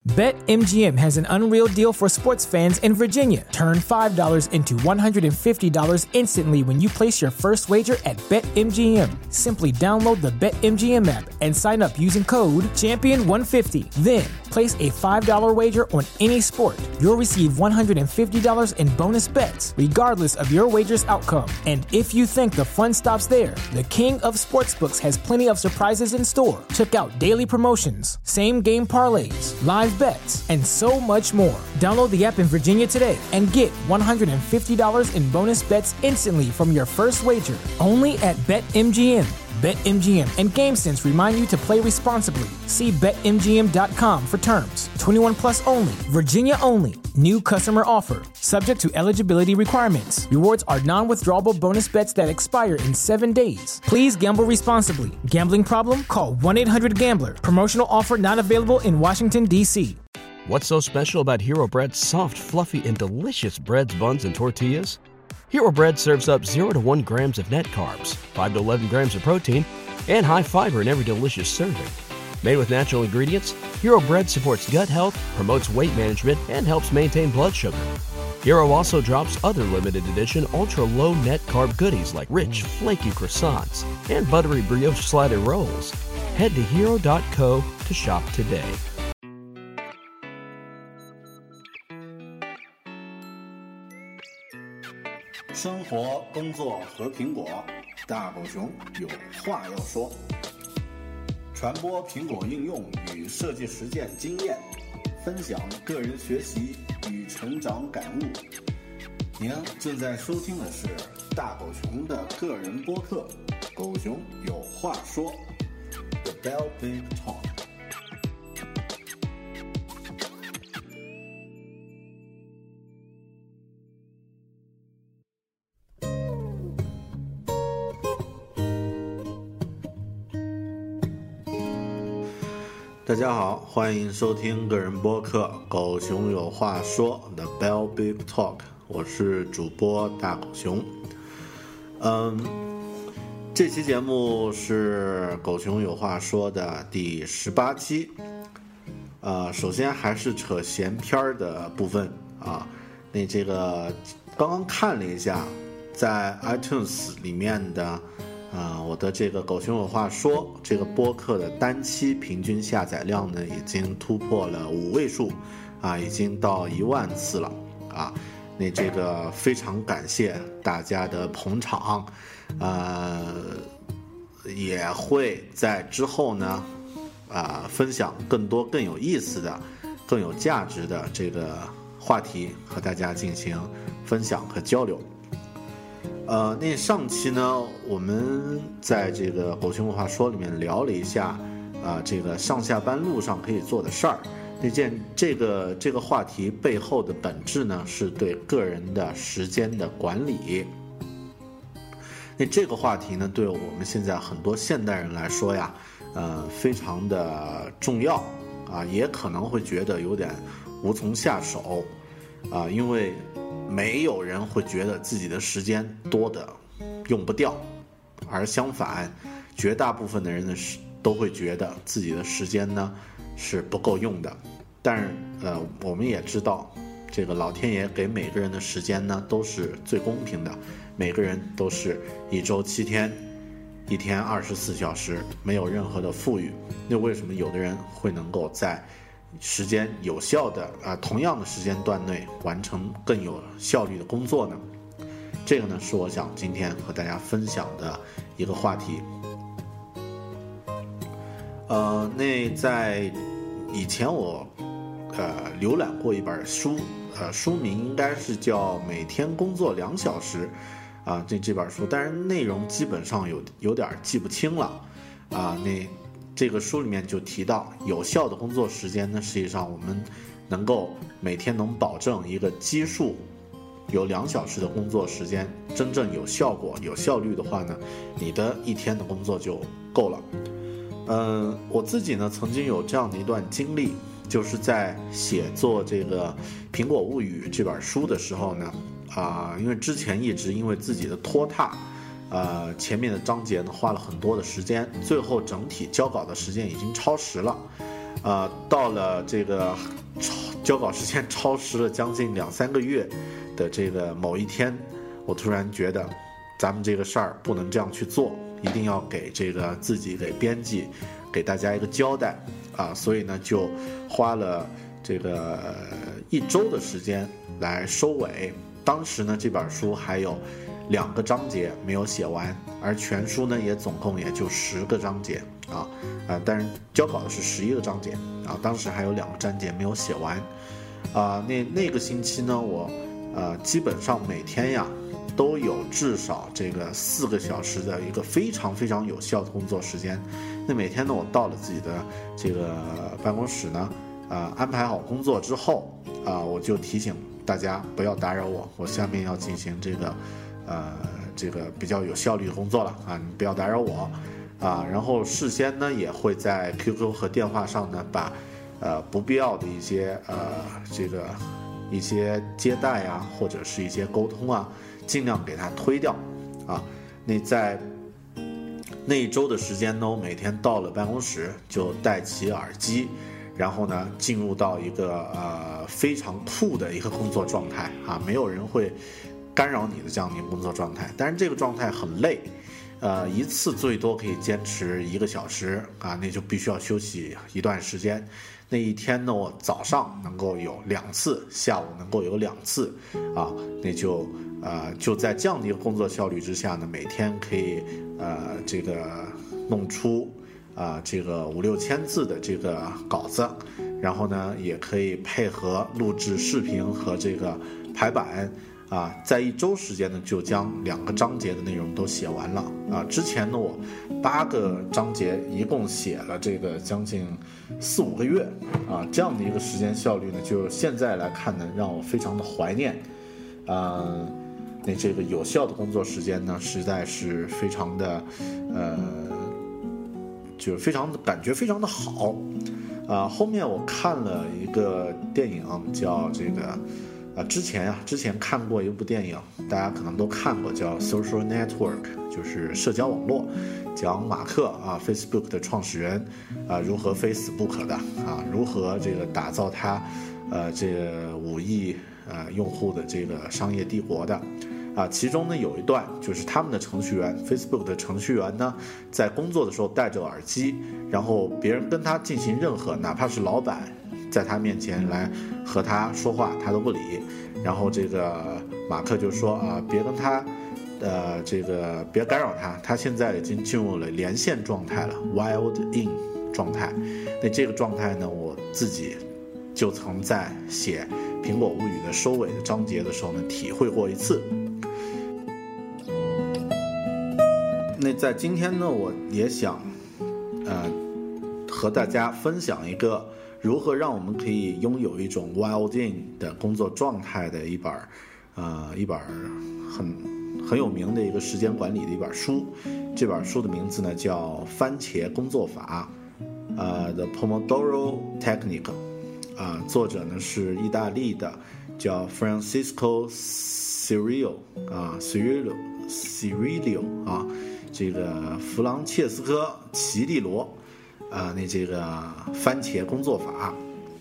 BetMGM has an unreal deal for sports fans in Virginia. Turn $5 into $150 instantly when you place your first wager at BetMGM. Simply download the BetMGM app and sign up using code Champion150. Then, place a $5 wager on any sport. You'll receive $150 in bonus bets, regardless of your wager's outcome. And if you think the fun stops there, the King of Sportsbooks has plenty of surprises in store. Check out daily promotions, same-game parlays, live bets, and so much more. Download the app in Virginia today and get $150 in bonus bets instantly from your first wager. Only at BetMGM. BetMGM and GameSense remind you to play responsibly. See BetMGM.com for terms. 21 plus only. Virginia only. New customer offer. Subject to eligibility requirements. Rewards are non-withdrawable bonus bets that expire in 7 days. Please gamble responsibly. Gambling problem? Call 1-800-GAMBLER. Promotional offer not available in Washington, D.C. What's so special about Hero Bread's soft, fluffy, and delicious breads, buns, and tortillas? Hero Bread serves up 0 to 1 grams of net carbs, 5 to 11 grams of protein, and high fiber in every delicious serving. Made with natural ingredients, Hero Bread supports gut health, promotes weight management, and helps maintain blood sugar. Hero also drops other limited edition ultra-low net carb goodies like rich, flaky croissants and buttery brioche slider rolls. Head to hero.co to shop today. 生活、工作和苹果，大狗熊有话要说。传播苹果应用与设计实践经验，分享个人学习与成长感悟。您正在收听的是大狗熊的个人播客《狗熊有话说》The Bell Big Talk。大家好，欢迎收听个人播客《狗熊有话说》The Bell Big Talk， 我是主播大狗熊。这期节目是狗熊有话说的第18期。首先还是扯闲篇的部分啊。那这个刚刚看了一下，在 iTunes 里面的。我的这个狗熊有话说这个播客的单期平均下载量呢，已经突破了5位数，已经到1万次了啊。那这个非常感谢大家的捧场，也会在之后呢，分享更多更有意思的、更有价值的这个话题和大家进行分享和交流。那上期呢，我们在这个狗熊有话说里面聊了一下，这个上下班路上可以做的事儿。这个话题背后的本质呢，是对个人的时间的管理。那这个话题呢，对我们现在很多现代人来说呀，非常的重要也可能会觉得有点无从下手因为没有人会觉得自己的时间多的用不掉，而相反，绝大部分的人呢都会觉得自己的时间呢是不够用的。但是我们也知道，这个老天爷给每个人的时间呢都是最公平的，每个人都是1周7天，1天24小时，没有任何的富裕。那为什么有的人会能够在时间有效的同样的时间段内完成更有效率的工作呢？这个呢是我想今天和大家分享的一个话题。那在以前我浏览过一本书，书名应该是叫《每天工作2小时》这本书，但是内容基本上有点记不清了那这个书里面就提到，有效的工作时间呢，实际上我们能够每天能保证一个基数有2小时的工作时间，真正有效果、有效率的话呢，你的1天的工作就够了。我自己呢曾经有这样的一段经历，就是在写作这个《苹果物语》这本书的时候呢，因为之前一直因为自己的拖沓。前面的章节呢花了很多的时间，最后整体交稿的时间已经超时了。 到了这个交稿时间超时了将近2-3个月的这个某一天，我突然觉得咱们这个事儿不能这样去做，一定要给这个自己给编辑给大家一个交代啊，所以呢就花了这个1周的时间来收尾。当时呢这本书还有2个章节没有写完，而全书呢也总共也就10个章节但是交稿的是11个章节当时还有2个章节没有写完那个星期呢我基本上每天呀都有至少这个4个小时的一个非常非常有效的工作时间。那每天呢我到了自己的这个办公室呢安排好工作之后我就提醒大家不要打扰我下面要进行这个比较有效率的工作了你不要打扰我然后事先呢也会在 QQ 和电话上呢把不必要的一些一些接待或者是一些沟通尽量给它推掉那在那1周的时间呢，我每天到了办公室就戴起耳机，然后呢进入到一个非常酷的一个工作状态没有人会干扰你的这样的一个工作状态。但是这个状态很累一次最多可以坚持1个小时那就必须要休息一段时间。那一天呢我早上能够有2次，下午能够有2次那就在这样的一个工作效率之下呢，每天可以这个弄出这个5-6千字的这个稿子，然后呢也可以配合录制视频和这个排版在1周时间呢就将2个章节的内容都写完了之前呢我8个章节一共写了这个将近4-5个月这样的一个时间效率呢，就现在来看呢让我非常的怀念那这个有效的工作时间呢实在是非常的就是非常的感觉非常的好后面我看了一个电影叫这个之前看过一部电影，大家可能都看过，叫 Social Network， 就是社交网络，讲马克Facebook 的创始人如何Facebook 的如何这个打造他这个5亿用户的这个商业帝国的其中呢有一段就是他们的程序员 Facebook 的程序员呢在工作的时候戴着耳机，然后别人跟他进行任何哪怕是老板在他面前来和他说话他都不理，然后这个马克就说别跟他这个别干扰他，他现在已经进入了连线状态了 Wild In 状态。那这个状态呢我自己就曾在写苹果物语的收尾的章节的时候呢体会过一次。那在今天呢我也想和大家分享一个如何让我们可以拥有一种 wild in 的工作状态的一本很有名的一个时间管理的一本书。这本书的名字呢叫番茄工作法The Pomodoro Technique作者呢是意大利的叫 Francisco Cirillo 这个弗朗切斯科奇利罗那这个番茄工作法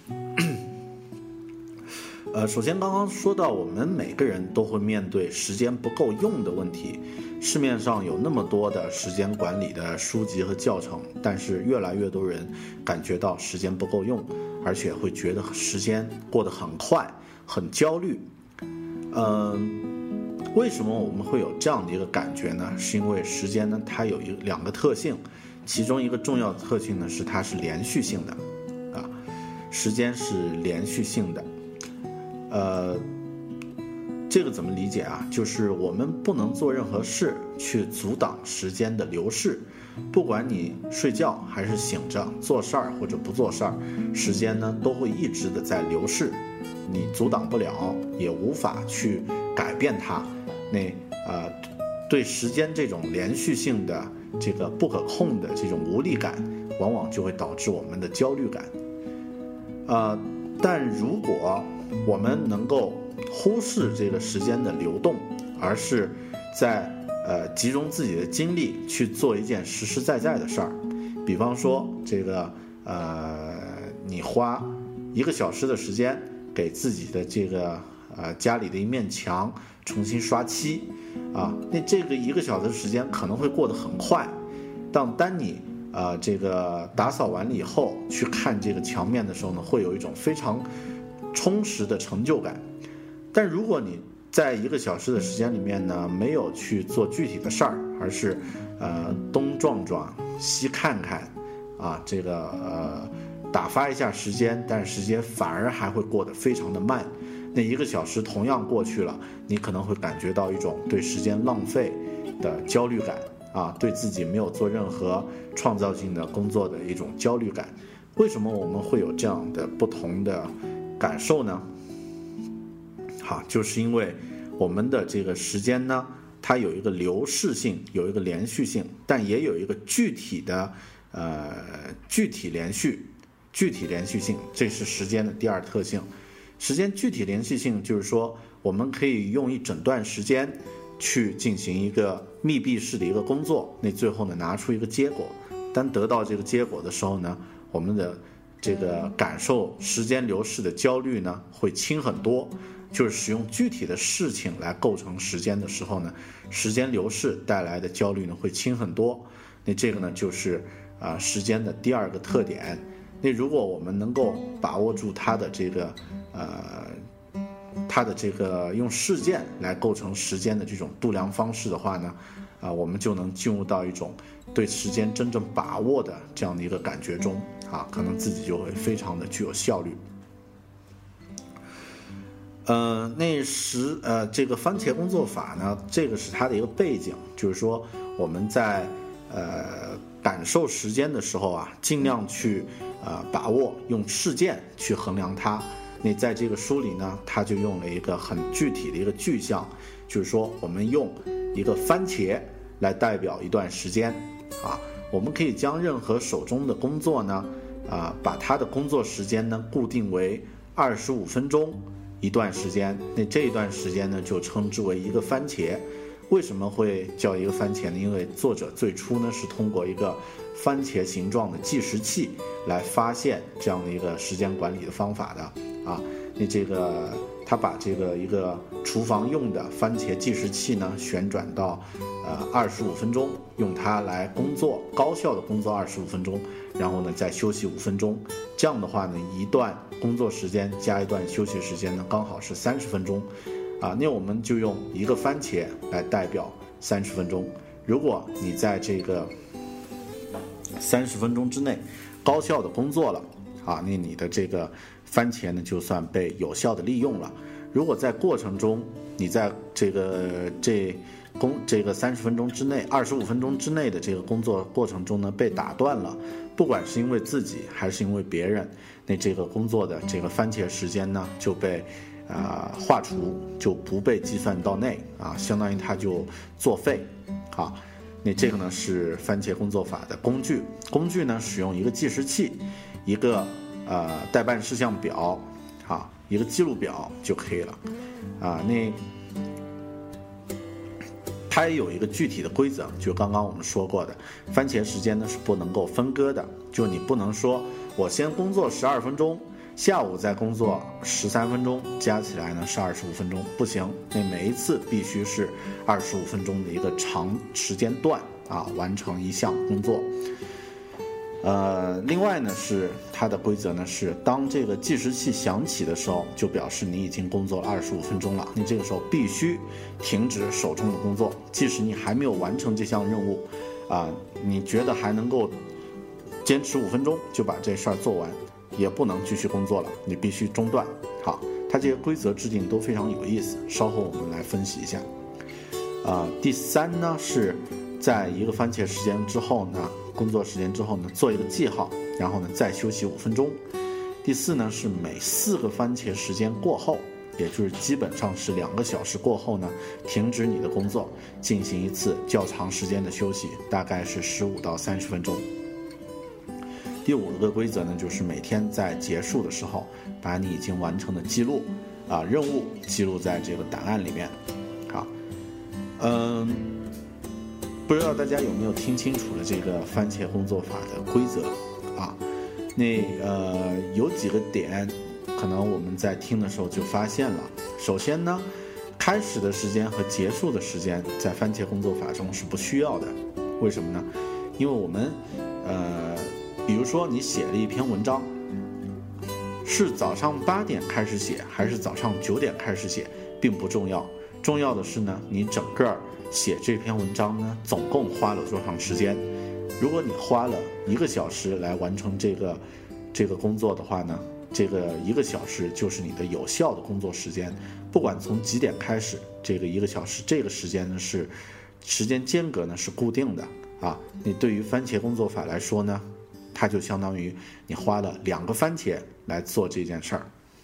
首先刚刚说到我们每个人都会面对时间不够用的问题，市面上有那么多的时间管理的书籍和教程，但是越来越多人感觉到时间不够用，而且会觉得时间过得很快，很焦虑。为什么我们会有这样的一个感觉呢？是因为时间呢它有2个特性，其中一个重要的特性呢是它是连续性的时间是连续性的。这个怎么理解就是我们不能做任何事去阻挡时间的流逝，不管你睡觉还是醒着，做事儿或者不做事儿，时间呢都会一直的在流逝，你阻挡不了，也无法去改变它。对时间这种连续性的这个不可控的这种无力感，往往就会导致我们的焦虑感。但如果我们能够忽视这个时间的流动，而是在集中自己的精力去做一件实实在在的事儿，比方说这个你花1个小时的时间给自己的这个家里的一面墙重新刷漆啊，那这个1个小时的时间可能会过得很快，当你这个打扫完了以后去看这个墙面的时候呢，会有一种非常充实的成就感。但如果你在1个小时的时间里面呢，没有去做具体的事儿，而是东撞撞西看看啊，这个打发一下时间，但是时间反而还会过得非常的慢。那1个小时同样过去了，你可能会感觉到一种对时间浪费的焦虑感啊，对自己没有做任何创造性的工作的一种焦虑感。为什么我们会有这样的不同的感受呢？好，就是因为我们的这个时间呢，它有一个流逝性，有一个连续性，但也有一个具体连续性，这是时间的第2特性。时间具体连续性就是说，我们可以用一整段时间去进行一个密闭式的一个工作，那最后呢拿出一个结果。当得到这个结果的时候呢，我们的这个感受时间流逝的焦虑呢会轻很多。就是使用具体的事情来构成时间的时候呢，时间流逝带来的焦虑呢会轻很多。那这个呢就是时间的第2个特点。那如果我们能够把握住它的这个用事件来构成时间的这种度量方式的话呢，我们就能进入到一种对时间真正把握的这样的一个感觉中啊，可能自己就会非常的具有效率。这个番茄工作法呢，这个是它的一个背景，就是说我们在感受时间的时候啊，尽量去把握用事件去衡量它。那在这个书里呢，它就用了一个很具体的一个具象，就是说我们用一个番茄来代表一段时间啊，我们可以将任何手中的工作呢，把它的工作时间呢固定为25分钟。一段时间，那这一段时间呢就称之为一个番茄。为什么会叫一个番茄呢？因为作者最初呢是通过一个番茄形状的计时器来发现这样的一个时间管理的方法的啊。那这个他把这个一个厨房用的番茄计时器呢旋转到25分钟，用它来工作，高效的工作25分钟，然后呢再休息5分钟。这样的话呢，一段工作时间加一段休息时间呢，刚好是30分钟啊。那我们就用一个番茄来代表30分钟。如果你在这个30分钟之内高效的工作了啊，那你的这个番茄呢就算被有效的利用了。如果在过程中你在这个30分钟之内25分钟之内的这个工作过程中呢被打断了，不管是因为自己还是因为别人，那这个工作的这个番茄时间呢就被划除，就不被计算到内啊，相当于它就作废啊。那这个呢是番茄工作法的工具呢使用一个计时器，一个待办事项表啊，一个记录表就可以了啊。那它也有一个具体的规则，就刚刚我们说过的，番茄时间呢是不能够分割的，就你不能说我先工作12分钟，下午再工作13分钟，加起来呢是25分钟，不行，那每一次必须是25分钟的一个长时间段啊，完成一项工作。另外呢是它的规则呢是，当这个计时器响起的时候，就表示你已经工作了25分钟了，你这个时候必须停止手中的工作，即使你还没有完成这项任务你觉得还能够坚持5分钟就把这事儿做完，也不能继续工作了，你必须中断。好，它这些规则制定都非常有意思，稍后我们来分析一下。第3呢是在一个番茄时间之后呢，工作时间之后呢，做一个记号，然后呢再休息5分钟。第4呢是每4个番茄时间过后，也就是基本上是2个小时过后呢，停止你的工作，进行一次较长时间的休息，大概是15到30分钟。第5个规则呢，就是每天在结束的时候，把你已经完成的记录任务记录在这个档案里面。好，不知道大家有没有听清楚了这个番茄工作法的规则啊？ 有几个点可能我们在听的时候就发现了。首先呢，开始的时间和结束的时间在番茄工作法中是不需要的。为什么呢？因为我们比如说你写了一篇文章，是早上8点开始写还是早上9点开始写并不重要，重要的是呢，你整个写这篇文章呢总共花了多长时间。如果你花了1个小时来完成这个工作的话呢，这个1个小时就是你的有效的工作时间。不管从几点开始，这个1个小时这个时间呢是时间间隔呢是固定的啊。你对于番茄工作法来说呢，它就相当于你花了2个番茄来做这件事儿。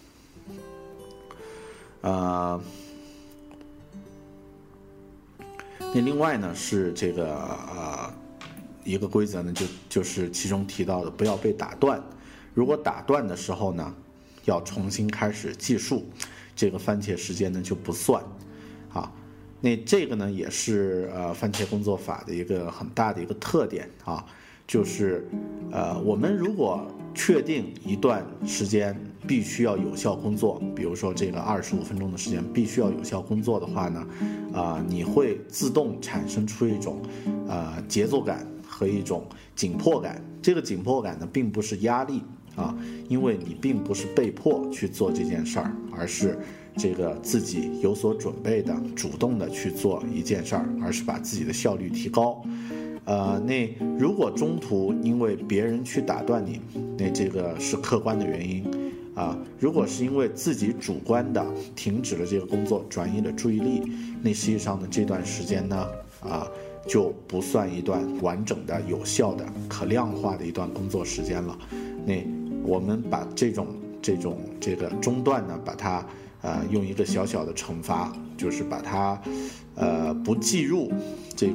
那另外呢是这个一个规则呢就是其中提到的不要被打断，如果打断的时候呢要重新开始计数，这个番茄时间呢就不算啊。那这个呢也是番茄工作法的一个很大的一个特点啊，就是我们如果确定一段时间必须要有效工作，比如说这个25分钟的时间必须要有效工作的话呢，你会自动产生出一种节奏感和一种紧迫感。这个紧迫感呢并不是压力啊，因为你并不是被迫去做这件事儿，而是这个自己有所准备的主动的去做一件事儿，而是把自己的效率提高。那如果中途因为别人去打断你，那这个是客观的原因啊。如果是因为自己主观的停止了这个工作，转移了注意力，那实际上呢这段时间呢就不算一段完整的、有效的、可量化的一段工作时间了。那我们把这个中断呢，把它用一个小小的惩罚，就是把它不计入这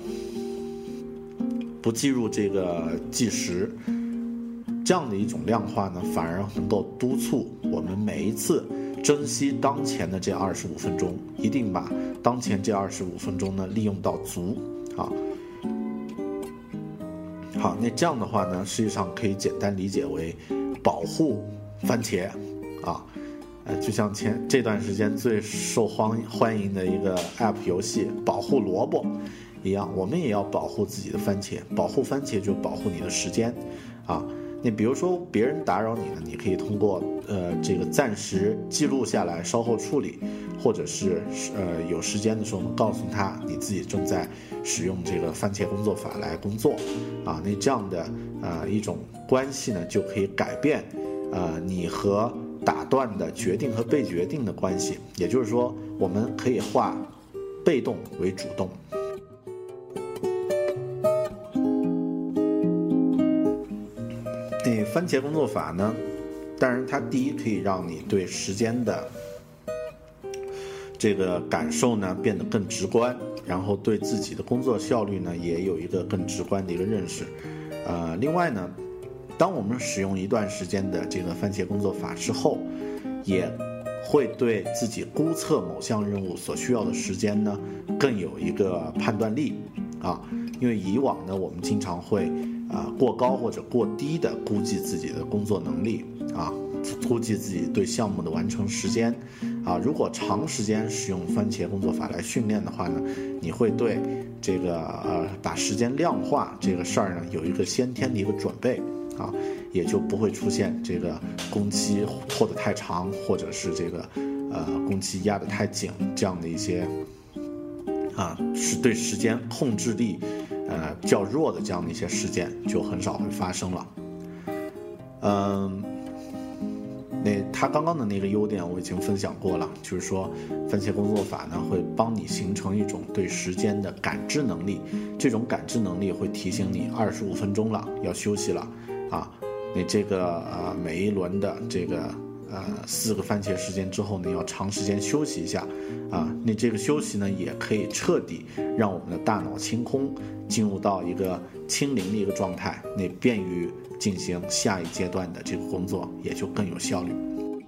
个计时，这样的一种量化呢，反而能够督促我们每一次珍惜当前的这25分钟，一定把当前这25分钟呢利用到足啊。好，那这样的话呢，实际上可以简单理解为保护番茄啊。就像这段时间最受欢迎的一个 App 游戏保护萝卜一样，我们也要保护自己的番茄。保护番茄就保护你的时间啊。你比如说别人打扰你呢，你可以通过这个暂时记录下来，稍后处理，或者是有时间的时候告诉他你自己正在使用这个番茄工作法来工作啊。那这样的一种关系呢，就可以改变你和打断的决定和被决定的关系。也就是说，我们可以化被动为主动。番茄工作法呢，当然它第一可以让你对时间的这个感受呢变得更直观，然后对自己的工作效率呢也有一个更直观的一个认识。另外呢，当我们使用一段时间的这个番茄工作法之后，也会对自己估测某项任务所需要的时间呢更有一个判断力啊。因为以往呢，我们经常会过高或者过低的估计自己的工作能力啊，估计自己对项目的完成时间啊。如果长时间使用番茄工作法来训练的话呢，你会对这个把时间量化这个事儿呢有一个先天的一个准备啊，也就不会出现这个工期拖得太长，或者是这个工期压得太紧这样的一些是对时间控制力较弱的这样的一些事件就很少会发生了。那他刚刚的那个优点我已经分享过了，就是说番茄工作法呢会帮你形成一种对时间的感知能力，这种感知能力会提醒你25分钟了，要休息了啊。你这个每一轮的这个4个番茄时间之后呢，要长时间休息一下啊。那这个休息呢，也可以彻底让我们的大脑清空，进入到一个清零的一个状态，那便于进行下一阶段的这个工作，也就更有效率。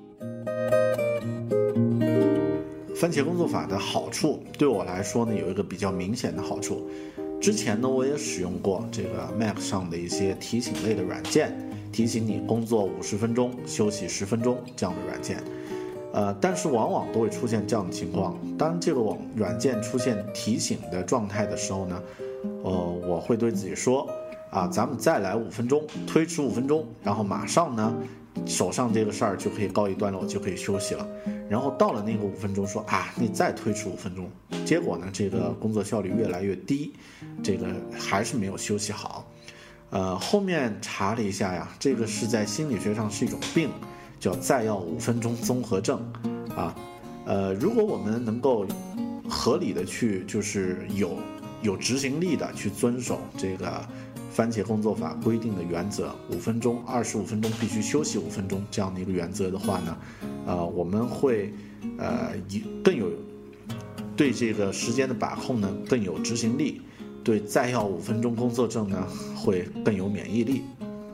番茄工作法的好处对我来说呢，有一个比较明显的好处。之前呢，我也使用过这个 Mac 上的一些提醒类的软件， 提醒你工作50分钟，休息10分钟这样的软件。但是往往都会出现这样的情况，当这个软件出现提醒的状态的时候呢，我会对自己说咱们再来5分钟，推迟5分钟，然后马上呢手上这个事儿就可以告一段落，就可以休息了。然后到了那个5分钟说你再推迟5分钟，结果呢这个工作效率越来越低，这个还是没有休息好。后面查了一下呀，这个是在心理学上是一种病，叫再要5分钟综合症如果我们能够合理的去就是有执行力的去遵守这个番茄工作法规定的原则，5分钟25分钟必须休息5分钟这样的一个原则的话呢，我们会更有对这个时间的把控呢更有执行力，对再要5分钟工作症呢会更有免疫力。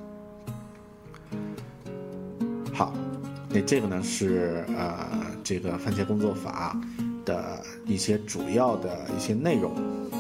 好，那这个呢是这个番茄工作法的一些主要的一些内容。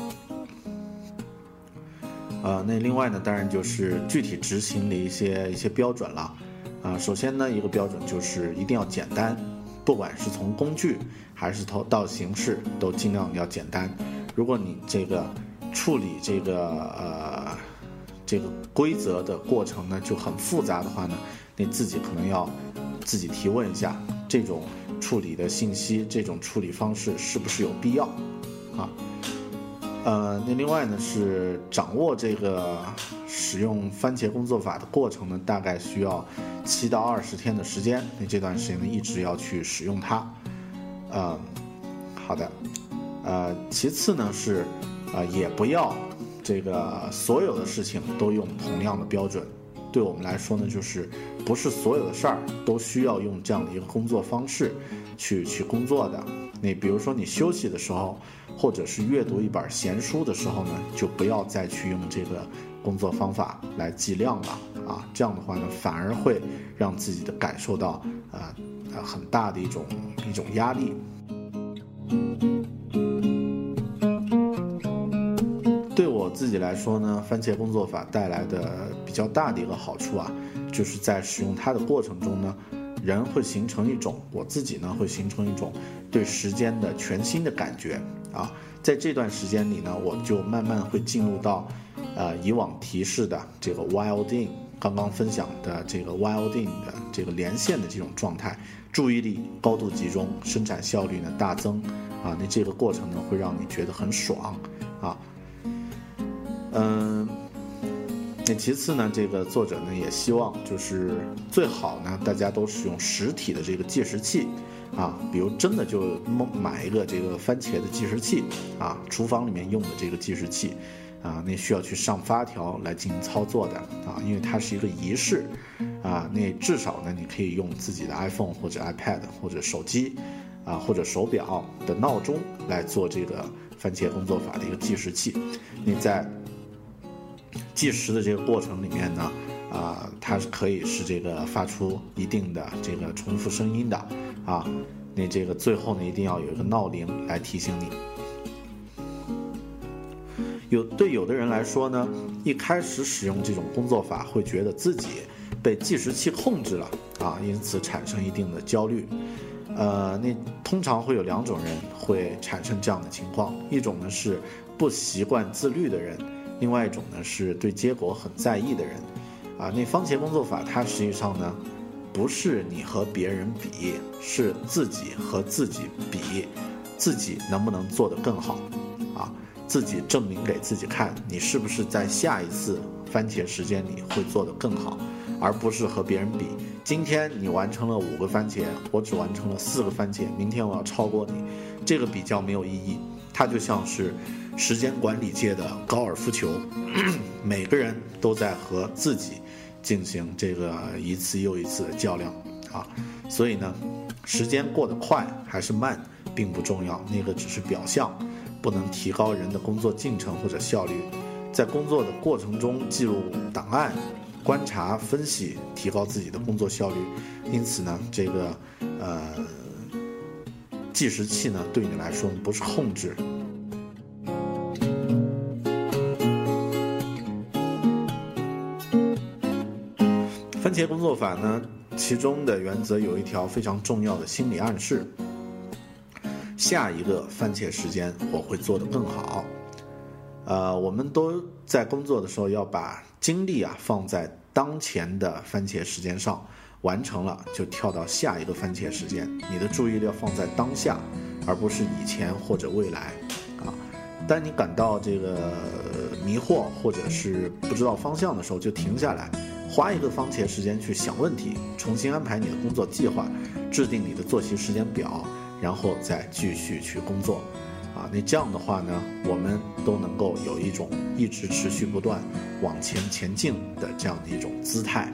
那另外呢，当然就是具体执行的一些标准了。首先呢，一个标准就是一定要简单，不管是从工具还是到形式，都尽量要简单。如果你这个处理这个规则的过程呢就很复杂的话呢，你自己可能要自己提问一下，这种处理的信息，这种处理方式是不是有必要那另外呢是掌握这个使用番茄工作法的过程呢，大概需要7到20天的时间，那这段时间呢一直要去使用它。好的，其次呢是也不要这个所有的事情都用同样的标准。对我们来说呢，就是不是所有的事儿都需要用这样的一个工作方式去工作的。你比如说你休息的时候，或者是阅读一本闲书的时候呢，就不要再去用这个工作方法来计量了这样的话呢，反而会让自己的感受到很大的一种压力。对我自己来说呢，番茄工作法带来的比较大的一个好处就是在使用它的过程中呢，人会形成一种，我自己呢会形成一种对时间的全新的感觉在这段时间里呢，我就慢慢会进入到以往提示的这个 wild in， 刚刚分享的这个 wild in 的这个连线的这种状态，注意力高度集中，生产效率呢大增那这个过程呢会让你觉得很爽那其次呢，这个作者呢也希望就是最好呢大家都使用实体的这个计时器比如真的就买一个这个番茄的计时器厨房里面用的这个计时器那需要去上发条来进行操作的因为它是一个仪式那至少呢你可以用自己的 iPhone 或者 iPad 或者手机或者手表的闹钟来做这个番茄工作法的一个计时器。你在计时的这个过程里面呢它是可以是这个发出一定的这个重复声音的那这个最后呢一定要有一个闹铃来提醒你。对有的人来说呢，一开始使用这种工作法会觉得自己被计时器控制了因此产生一定的焦虑。那通常会有2种人会产生这样的情况，一种呢是不习惯自律的人，另外一种呢是对结果很在意的人那番茄工作法它实际上呢不是你和别人比，是自己和自己比，自己能不能做得更好自己证明给自己看，你是不是在下一次番茄时间里会做得更好，而不是和别人比。今天你完成了5个番茄，我只完成了4个番茄，明天我要超过你，这个比较没有意义。它就像是时间管理界的高尔夫球每个人都在和自己进行这个一次又一次的较量所以呢，时间过得快还是慢并不重要，那个只是表象，不能提高人的工作进程或者效率。在工作的过程中记录档案，观察分析，提高自己的工作效率。因此呢，这个计时器呢对你来说不是控制。 番茄工作法呢，其中的原则有一条非常重要的心理暗示：下一个番茄时间我会做得更好。我们都在工作的时候要把精力放在当前的番茄时间上，完成了就跳到下一个番茄时间，你的注意力要放在当下，而不是以前或者未来当你感到这个迷惑或者是不知道方向的时候，就停下来，花一个番茄时间去想问题，重新安排你的工作计划，制定你的作息时间表，然后再继续去工作那这样的话呢，我们都能够有一种一直持续不断往前进的这样的一种姿态。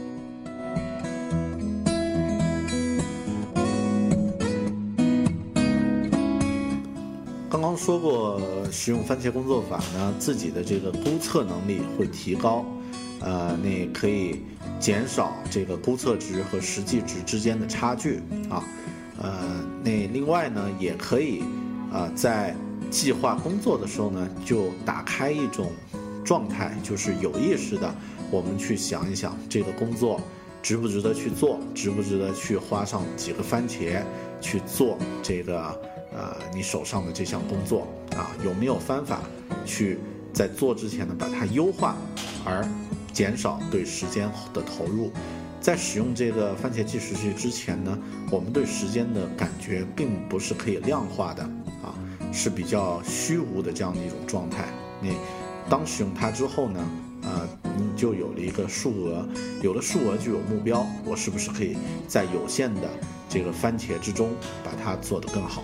刚刚说过，使用番茄工作法呢，自己的这个估测能力会提高，那可以减少这个估测值和实际值之间的差距那另外呢，也可以在计划工作的时候呢，就打开一种状态，就是有意识的，我们去想一想这个工作值不值得去做，值不值得去花上几个番茄去做这个你手上的这项工作有没有方法去在做之前呢把它优化，而减少对时间的投入。在使用这个番茄计时器之前呢，我们对时间的感觉并不是可以量化的是比较虚无的这样的一种状态。你当使用它之后呢你就有了一个数额，有了数额就有目标，我是不是可以在有限的这个番茄之中把它做得更好。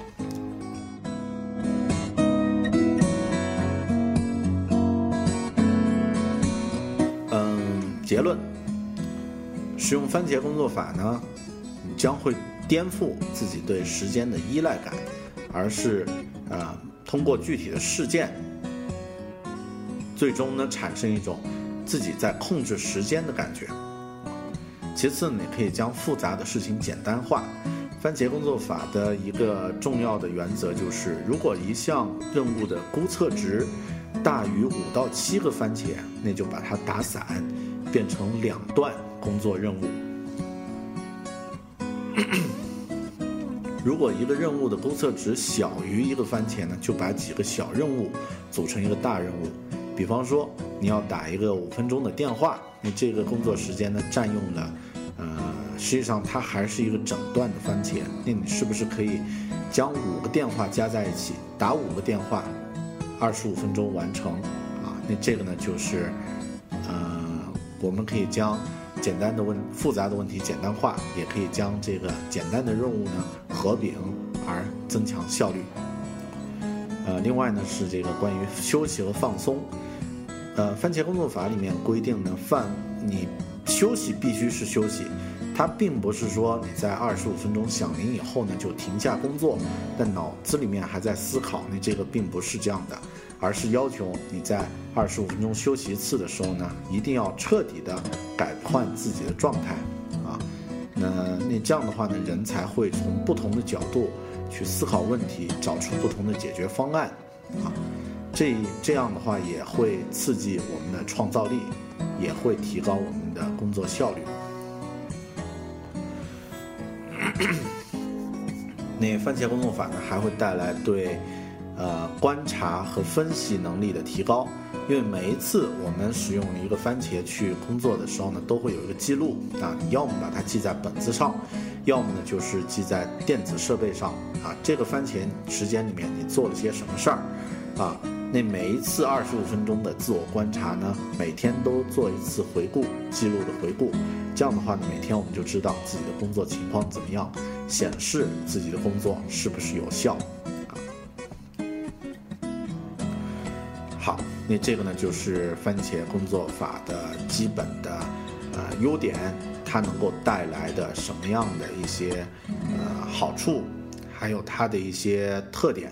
结论，使用番茄工作法呢，你将会颠覆自己对时间的依赖感，而是通过具体的事件，最终呢产生一种自己在控制时间的感觉。其次，你可以将复杂的事情简单化。番茄工作法的一个重要的原则就是，如果一项任务的估测值大于5到7个番茄，那就把它打散，变成2段工作任务。如果一个任务的估测值小于1个番茄呢，就把几个小任务组成一个大任务。比方说，你要打一个5分钟的电话，你这个工作时间呢占用了，实际上它还是一个整段的番茄。那你是不是可以将5个电话加在一起，打5个电话，25分钟完成那这个呢就是，我们可以将简单的复杂的问题简单化，也可以将这个简单的任务呢合并而增强效率。另外呢是这个关于休息和放松。番茄工作法里面规定呢，你休息必须是休息，它并不是说你在25分钟响铃以后呢就停下工作，但脑子里面还在思考，那这个并不是这样的，而是要求你在25分钟休息一次的时候呢，一定要彻底的改换自己的状态那这样的话呢，人才会从不同的角度去思考问题，找出不同的解决方案这样的话也会刺激我们的创造力，也会提高我们的工作效率。那番茄工作法呢，还会带来对观察和分析能力的提高。因为每一次我们使用一个番茄去工作的时候呢，都会有一个记录你要么把它记在本子上，要么呢就是记在电子设备上这个番茄时间里面你做了些什么事儿那每一次25分钟的自我观察呢，每天都做一次回顾，记录的回顾。这样的话呢，每天我们就知道自己的工作情况怎么样，显示自己的工作是不是有效好，那这个呢就是番茄工作法的基本的优点，它能够带来的什么样的一些好处，还有它的一些特点。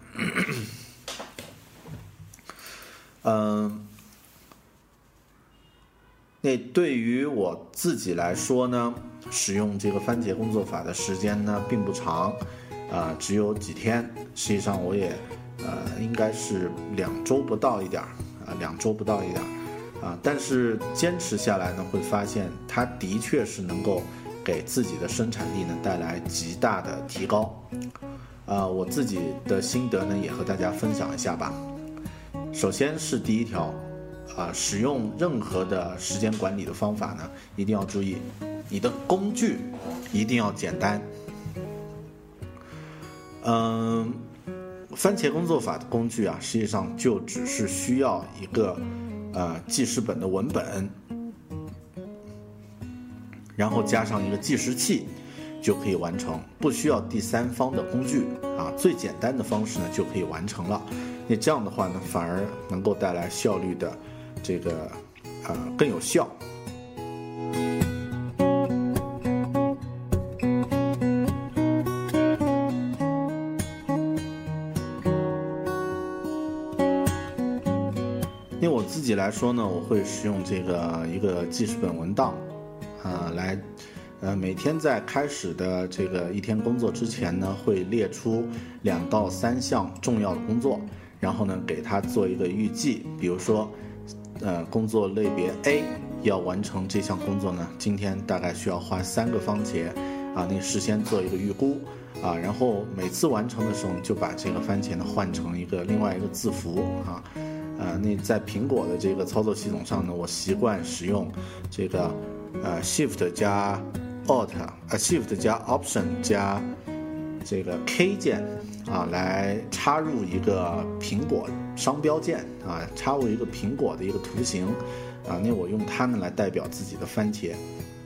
那对于我自己来说呢，使用这个番茄工作法的时间呢并不长只有几天。实际上我也应该是2周不到一点2周不到一点但是坚持下来呢，会发现它的确是能够给自己的生产力呢带来极大的提高。我自己的心得呢也和大家分享一下吧。首先是第一条，使用任何的时间管理的方法呢，一定要注意，你的工具一定要简单。番茄工作法的工具啊，实际上就只是需要一个记事本的文本，然后加上一个计时器就可以完成，不需要第三方的工具最简单的方式呢就可以完成了。那这样的话呢，反而能够带来效率的这个更有效。因为我自己来说呢，我会使用这个一个记事本文档来每天在开始的这个一天工作之前呢，会列出2到3项重要的工作，然后呢给它做一个预计。比如说工作类别 A 要完成这项工作呢，今天大概需要花3个番茄你事先做一个预估然后每次完成的时候就把这个番茄呢换成另外一个字符那在苹果的这个操作系统上呢，我习惯使用这个Shift 加 Alt，Shift 加 Option 加这个 K 键来插入一个苹果商标键插入一个苹果的一个图形那我用它呢来代表自己的番茄。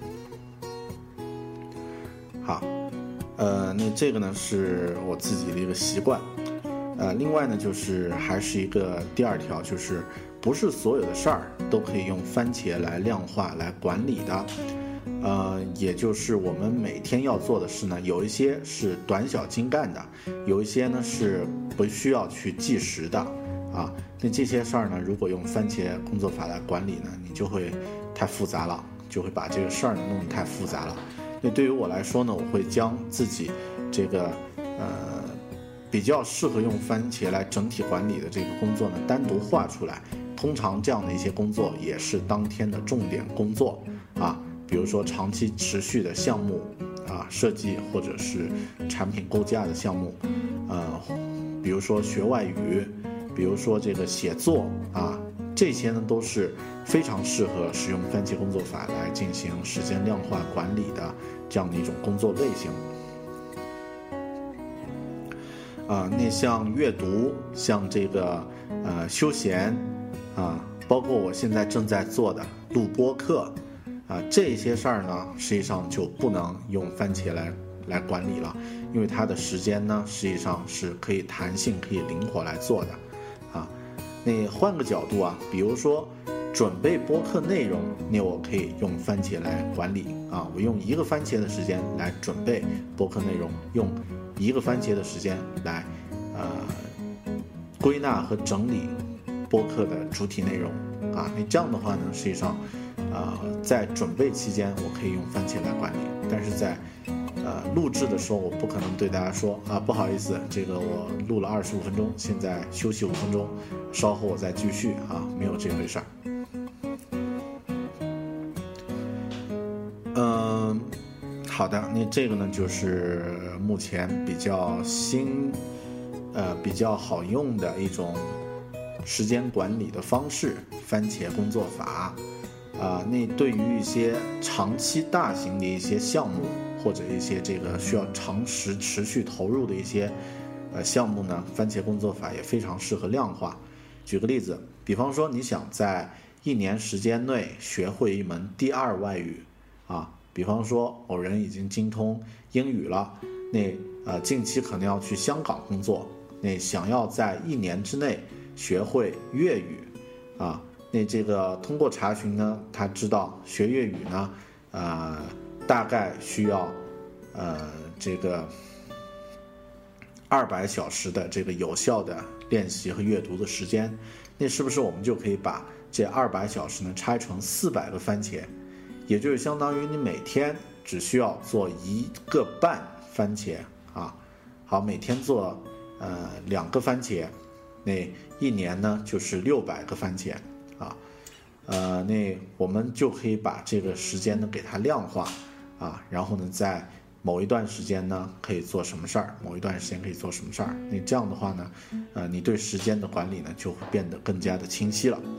好，那这个呢是我自己的一个习惯。另外呢，就是还是一个第2条，就是不是所有的事儿都可以用番茄来量化、来管理的。也就是我们每天要做的事呢，有一些是短小精干的，有一些呢是不需要去计时的那这些事儿呢，如果用番茄工作法来管理呢，你就会太复杂了，就会把这个事儿弄得太复杂了。那对于我来说呢，我会将自己这个比较适合用番茄来整体管理的这个工作呢单独画出来。通常这样的一些工作也是当天的重点工作比如说长期持续的项目设计或者是产品构架的项目比如说学外语，比如说这个写作这些呢都是非常适合使用番茄工作法来进行时间量化管理的这样的一种工作类型。那像阅读，像这个休闲包括我现在正在做的录播课这些事儿呢，实际上就不能用番茄来管理了，因为它的时间呢实际上是可以弹性、可以灵活来做的那换个角度比如说准备播客内容，那我可以用番茄来管理我用1个番茄的时间来准备播客内容，用1个番茄的时间来归纳和整理播客的主体内容那这样的话呢，实际上在准备期间我可以用番茄来管理，但是在录制的时候我不可能对大家说不好意思，这个我录了25分钟，现在休息5分钟，稍后我再继续没有这回事儿。好的，那这个呢就是目前比较比较好用的一种时间管理的方式，番茄工作法那对于一些长期大型的一些项目，或者一些这个需要长时持续投入的一些项目呢，番茄工作法也非常适合量化。举个例子，比方说你想在1年时间内学会一门第2外语比方说某人已经精通英语了，那近期可能要去香港工作，那想要在1年之内学会粤语那这个通过查询呢，他知道学粤语呢大概需要这个200小时的这个有效的练习和阅读的时间，那是不是我们就可以把这200小时呢拆成400个番茄，也就是相当于你每天只需要做1个半番茄好，每天做2个番茄，那1年呢就是600个番茄那我们就可以把这个时间呢给它量化啊，然后呢在某一段时间呢可以做什么事儿，某一段时间可以做什么事儿。那这样的话呢，你对时间的管理呢就会变得更加的清晰了。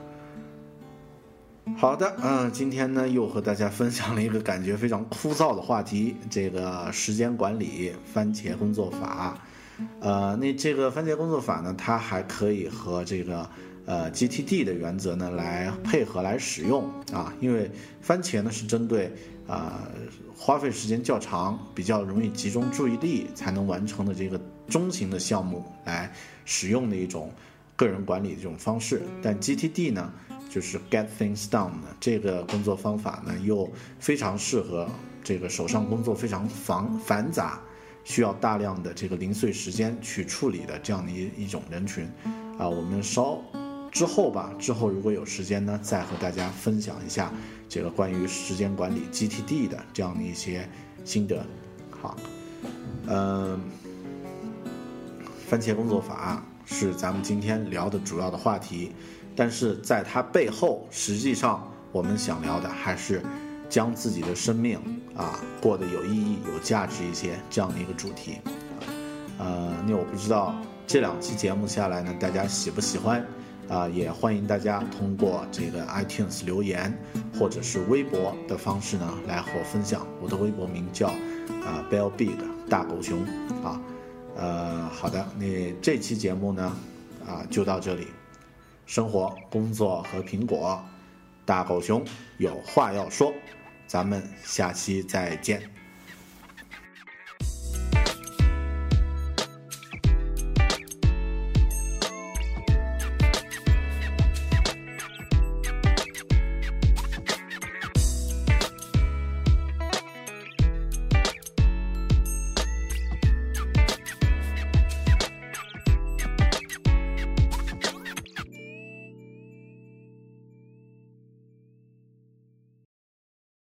好的，今天呢又和大家分享了一个感觉非常枯燥的话题，这个时间管理番茄工作法。那这个番茄工作法呢，它还可以和这个GTD 的原则呢来配合来使用啊，因为番茄呢是针对花费时间较长、比较容易集中注意力才能完成的这个中型的项目来使用的一种个人管理的这种方式，但 GTD 呢就是 Get Things Done 的这个工作方法呢，又非常适合这个手上工作非常繁杂，需要大量的这个零碎时间去处理的这样的一种人群啊。我们之后如果有时间呢，再和大家分享一下这个关于时间管理 GTD 的这样的一些心得。好，番茄工作法是咱们今天聊的主要的话题，但是在它背后，实际上我们想聊的还是将自己的生命过得有意义、有价值一些这样的一个主题。那我不知道这2期节目下来呢，大家喜不喜欢？也欢迎大家通过这个 iTunes 留言或者是微博的方式呢来和我分享。我的微博名叫Bell Big 大狗熊啊。好的，那这期节目呢就到这里。生活、工作和苹果，大狗熊有话要说，咱们下期再见。